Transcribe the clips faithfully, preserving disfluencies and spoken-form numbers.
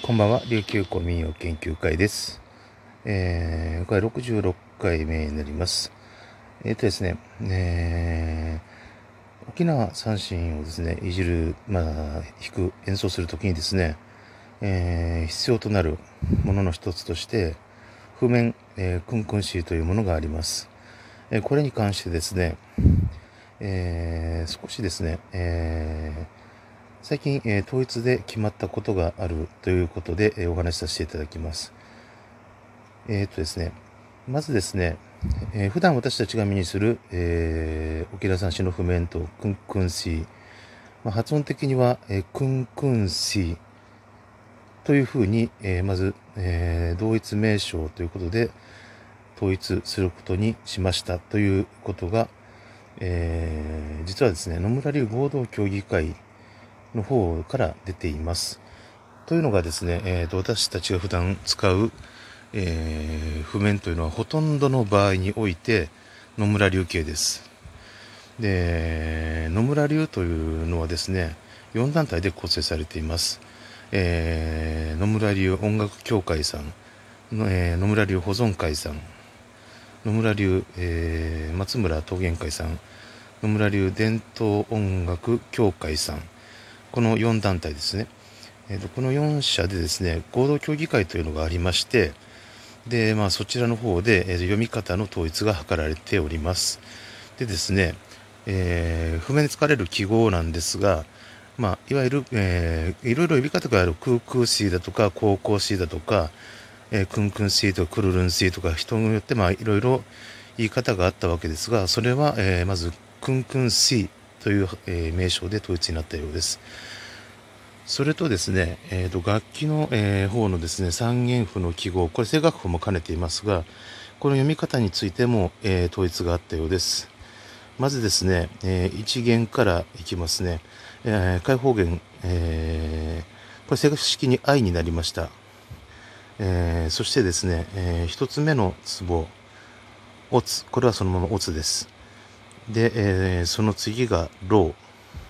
こんばんは、琉球古民謡研究会です。えー、これろくじゅうろっかいめになります。えっ、ー、とですね、えー、沖縄三線をですね、いじる、まあ、弾く、演奏するときにですね、えー、必要となるものの一つとして、譜面、えー、クンクンシーというものがあります。えー、これに関してですね、えー、少しですね、えー最近、えー統一で決まったことがあるということで、えーお話しさせていただきます。えー、っとですね、まずですね、えー普段私たちが目にする、えー、沖縄産紙の譜面とクンクンシー、まあ、発音的には、えー、クンクンシーというふうに、えーまず、えー同一名称ということで統一することにしましたということが、えー実はですね、野村流合同協議会の方から出ています。というのがですね、えーと私たちが普段使う、えー譜面というのはほとんどの場合において野村流系です。で、野村流というのはですね、よん団体で構成されています。えー野村流音楽協会さん、のえー野村流保存会さん、野村流、えー松村陶芸会さん、野村流伝統音楽協会さん、このよん団体ですね。えーとこのよん社でですね、合同協議会というのがありまして、で、まあ、そちらの方で、えー読み方の統一が図られております。でですね、えー譜面で使われる記号なんですが、まあ、いわゆる、えーいろいろ呼び方があるクークーシーだとか、コーコーシーだとか、えークンクンシーとか、クルルンシーとか、人によって、まあ、いろいろ言い方があったわけですが、それは、えーまず、クンクンシーという、えー名称で統一になったようです。それとですね、えー、と楽器の、えー方のですね、三弦譜の記号、これ声楽譜も兼ねていますが、この読み方についても、えー統一があったようです。まずですね、えー、いち弦からいきますね。えー開放弦、えーこれ正式に アイ になりました。えーそしてですね、えー、ひとつめの壺、オツ、これはそのままオツです。で、えーその次がロー、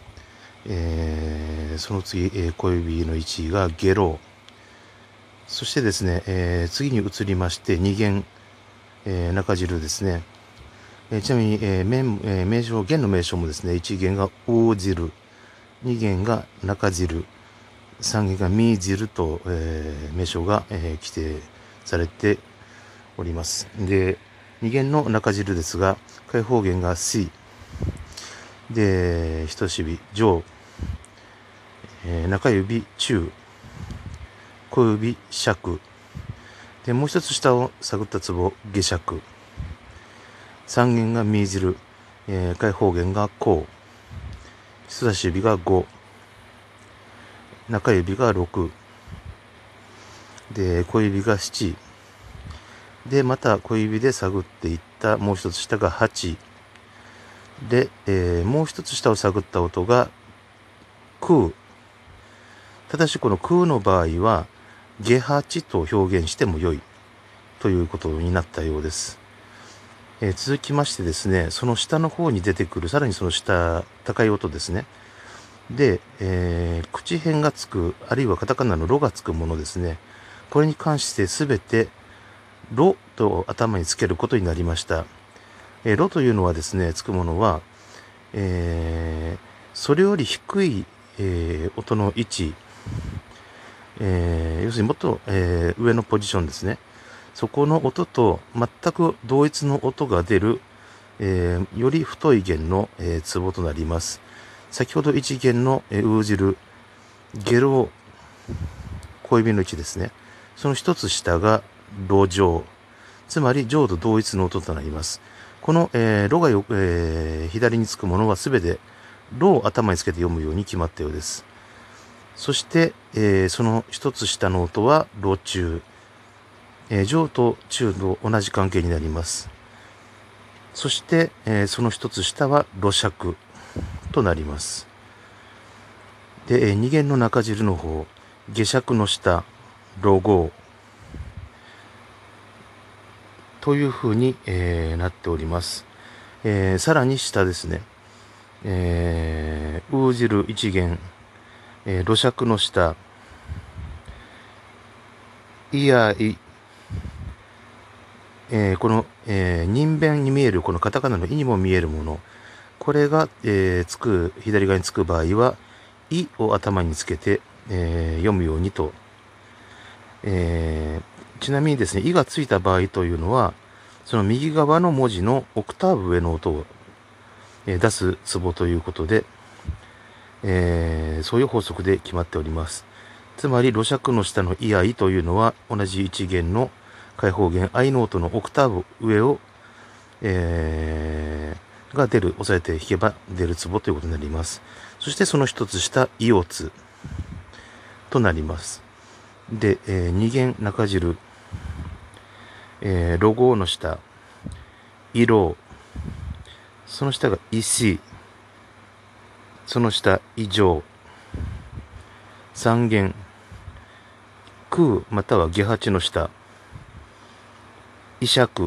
えーその次、えー小指の位置がゲロー、そしてですね、えー次に移りましてに弦、えー中汁ですね。えーちなみに、えー面えー名称、弦の名称もですね、いち弦が大汁、に弦が中汁、さん弦がミ汁と、えー名称が、えー規定されております。で、に弦の中汁ですが、開放弦が C、で、人差し指上、えー中指中、小指尺、で、もう一つ下を探ったツボ、下尺。三弦がミ汁、えー、開放弦がこう、人差し指がご、中指がろく、で、小指がなな、で、また小指で探っていったもう一つ下がはち、で、えー、もう一つ下を探った音が空。ただしこの空の場合は、下はちと表現しても良いということになったようです。えー、続きましてですね、その下の方に出てくる、さらにその下、高い音ですね。で、えー、口辺がつく、あるいはカタカナのロがつくものですね。これに関してすべてロと頭につけることになりました。えー、ロというのはですね、つくものは、えー、それより低い、えー、音の位置、えー、要するにもっと、えー、上のポジションですね。そこの音と全く同一の音が出る、えー、より太い弦の、えー、ツボとなります。先ほどいち弦の、えー、ウージル、ゲロ、小指の位置ですね。その一つ下がロ上、つまり上と同一の音となります。この、えー、ロがよ、えー、左につくものはすべてロを頭につけて読むように決まったようです。そして、えー、その一つ下の音はロ中、えー、上と中と同じ関係になります。そして、えー、その一つ下はロ尺となります。で、えー、二弦の中汁の方、下尺の下、ロゴというふうに、えー、なっております。えー、さらに下ですね、えー、ウージル一弦、えー、ロ尺の下、 いやい、えー、この、えー、人弁に見えるこのカタカナのいにも見えるもの、これが、えー、つく左側につく場合は、いを頭につけて、えー、読むようにと、えー、ちなみにですね、いがついた場合というのは、その右側の文字のオクターブ上の音を、えー、出すツボということで、えー、そういう法則で決まっております。つまり、ロシャクの下のイアイというのは、同じ一弦の開放弦 I の音のオクターブ上を、えー、が出る、押さえて弾けば出るツボということになります。そしてその一つ下、イオツとなります。で、えー、二弦中汁、えー、ロゴの下、色、その下が石、その下、異常、三弦、空または下八の下、異尺、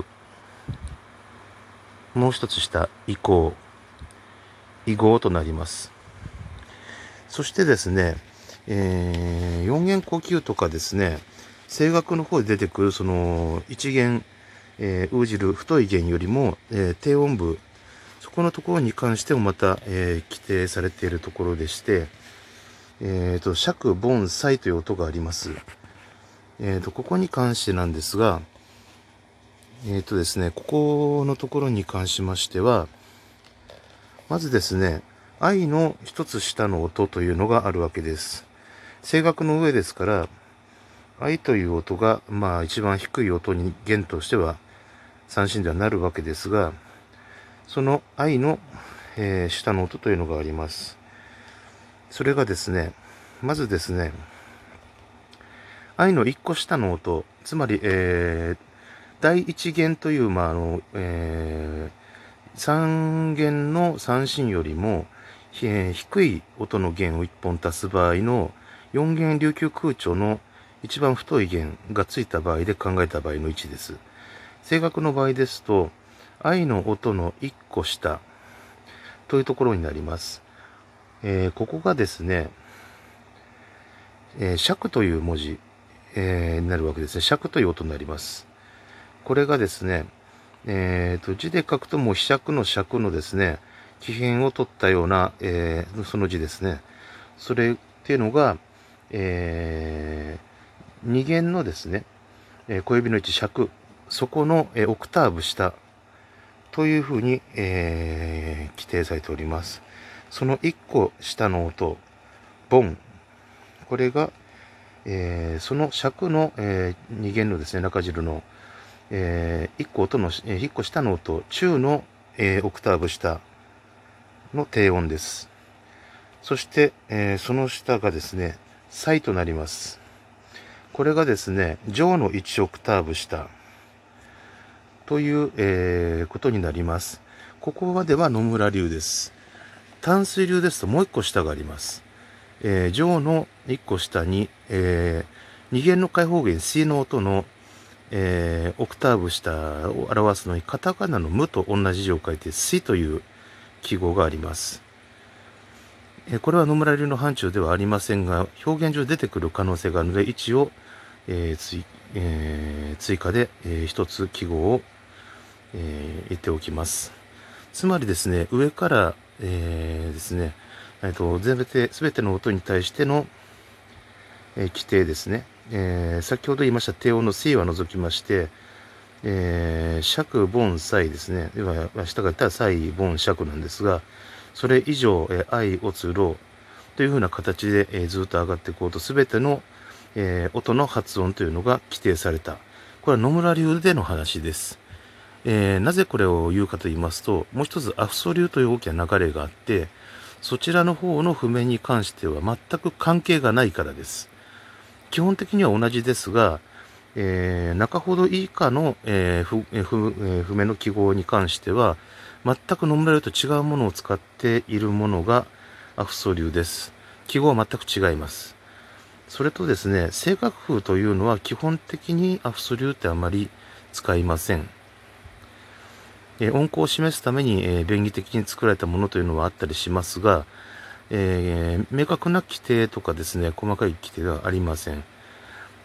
もう一つ下、移行、移合となります。そしてですね、えー、四弦呼吸とかですね、声楽の方で出てくるその一弦、えー、応じる太い弦よりも、えー、低音部、そこのところに関してもまた、えー、規定されているところでして、えーと、尺、盆、歳という音があります。えーと、ここに関してなんですが、えーとですね、ここのところに関しましては、まずですね、愛の一つ下の音というのがあるわけです。声楽の上ですから、愛という音が、まあ一番低い音に弦としては三振ではなるわけですが、その愛の、えー、下の音というのがあります。それがですね、まずですね、愛の一個下の音、つまり、えー、第一弦という、まあ、あの、えー、三弦の三振よりも、えー、低い音の弦を一本足す場合の四弦琉球空調の一番太い弦がついた場合で考えた場合の位置です。声楽の場合ですと、愛の音の一個下というところになります。えー、ここがですね、えー、尺という文字、えー、になるわけですね。尺という音になります。これがですね、えー、と字で書くともう被尺の尺のですね、奇変を取ったような、えー、その字ですね。それっていうのが、えー、二弦のですね、えー、小指の位置尺、そこの、えー、オクターブ下というふうに、えー、規定されております。その一個下の音、ボン、これが、えー、その尺の、えー、二弦のですね、中汁の、えー、一個音の、えー、一個下の音、中の、えー、オクターブ下の低音です。そして、えー、その下がですね、サイとなります。これがですね、上のいちオクターブ下という、えー、ことになります。ここまでは野村流です。淡水流ですともう一個下があります。えー、上の一個下に、えー、二弦の開放弦 C の音の、えー、オクターブ下を表すのにカタカナの無と同じ字を書いて C という記号があります。えー、これは野村流の範疇ではありませんが、表現上出てくる可能性があるので一応、えー追えー、追加で、えー、一つ記号を、えー、言っておきます。つまりですね、上から、えー、ですね、えー、と全て全ての音に対しての、えー、規定ですね、えー、先ほど言いました低音の C は除きまして、えー、尺、盆、歳ですね。では、下が言ったら歳、盆、尺なんですが、それ以上、えー、愛、おつ、ろというふうな形で、えー、ずっと上がっていこうと、すべての、えー、音の発音というのが規定された。これは野村流での話です。えー、なぜこれを言うかと言いますと、もう一つアフソ流という大きな流れがあって、そちらの方の譜面に関しては全く関係がないからです。基本的には同じですが、えー、中ほど以下の、えーふえーふえー、譜面の記号に関しては、全く野村流と違うものを使っているものがアフソ流です。記号は全く違います。それとですね、正確譜というのは基本的にアフソ流ってあまり使いません。えー、音符を示すために、えー、便宜的に作られたものというのはあったりしますが、えー、明確な規定とかですね、細かい規定ではありません。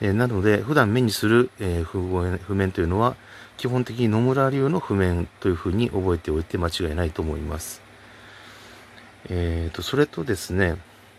えー、なので、普段目にする、えー、譜面、譜面というのは、基本的に野村流の譜面というふうに覚えておいて間違いないと思います。えーと、それとですね、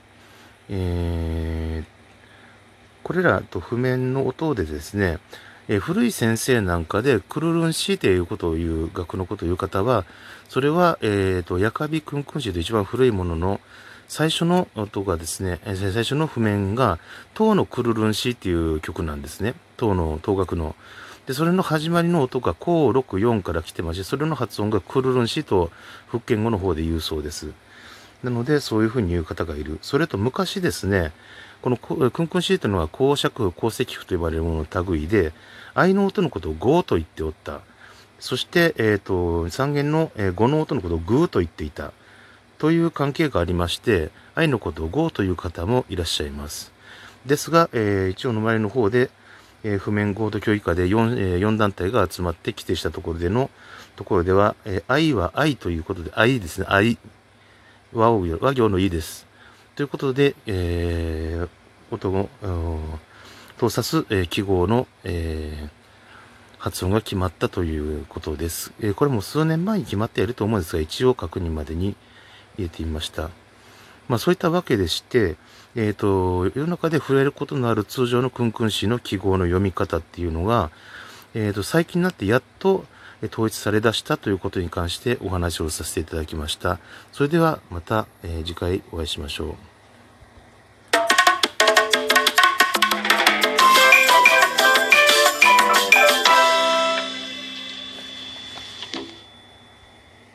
えー、これらと譜面の音でですね、えー、古い先生なんかでクルルンシーということを言う、楽のことを言う方は、それは、えーと、ヤカビクンクンシーと一番古いものの、最初の音がですね、最初の譜面が、唐のクルルンシーっていう曲なんですね。唐の、唐楽の。で、それの始まりの音が、こうろくよんから来てまして、それの発音がクルルンシーと福建語の方で言うそうです。なので、そういうふうに言う方がいる。それと昔ですね、このクンクンシーというのは公爵譜、公積譜と呼ばれるものの類で、愛の音のことをゴーと言っておった。そして、えっと、三弦の語の音のことをグーと言っていた。という関係がありまして、愛のことをゴーという方もいらっしゃいます。ですが、えー、一応の周りの方で、えー、譜面合同協議下で 4,、えー、よん団体が集まって規定したところでのところでは、えー、愛は愛ということで、愛ですね、愛。和行和行の意です。ということで、えー、音を、と指す、えー、記号の、えー、発音が決まったということです。えー、これも数年前に決まっていると思うんですが、一応確認までに入れてみました。まあそういったわけでして、えっと、世の中で触れることのある通常のクンクン詞の記号の読み方っていうのが、えっと、最近になってやっと統一され出したということに関してお話をさせていただきました。それではまた、えー、次回お会いしましょう。